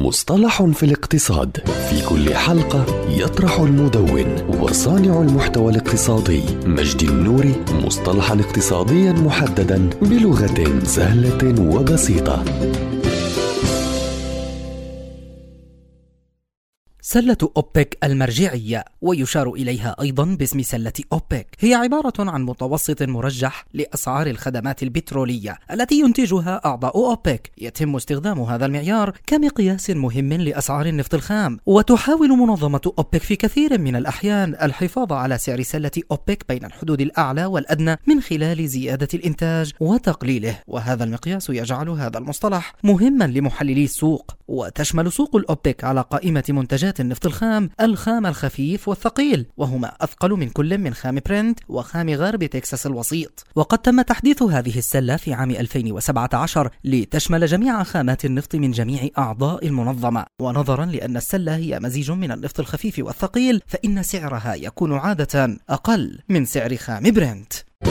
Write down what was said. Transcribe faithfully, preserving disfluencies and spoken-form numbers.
مصطلح في الاقتصاد. في كل حلقة يطرح المدون وصانع المحتوى الاقتصادي مجدي النوري مصطلحا اقتصاديا محددا بلغة سهلة وبسيطة. سلة أوبك المرجعية، ويشار إليها أيضا باسم سلة أوبك، هي عبارة عن متوسط مرجح لأسعار الخدمات البترولية التي ينتجها أعضاء أوبك. يتم استخدام هذا المعيار كمقياس مهم لأسعار النفط الخام، وتحاول منظمة أوبك في كثير من الأحيان الحفاظ على سعر سلة أوبك بين الحدود الأعلى والأدنى من خلال زيادة الإنتاج وتقليله. وهذا المقياس يجعل هذا المصطلح مهما لمحللي السوق. وتشمل سوق الأوبك على قائمة منتجات النفط الخام الخام الخفيف والثقيل، وهما أثقل من كل من خام برنت وخام غرب تكساس الوسيط. وقد تم تحديث هذه السلة في عام ألفين وسبعة عشر لتشمل جميع خامات النفط من جميع أعضاء المنظمة. ونظرا لأن السلة هي مزيج من النفط الخفيف والثقيل، فإن سعرها يكون عادة أقل من سعر خام برنت.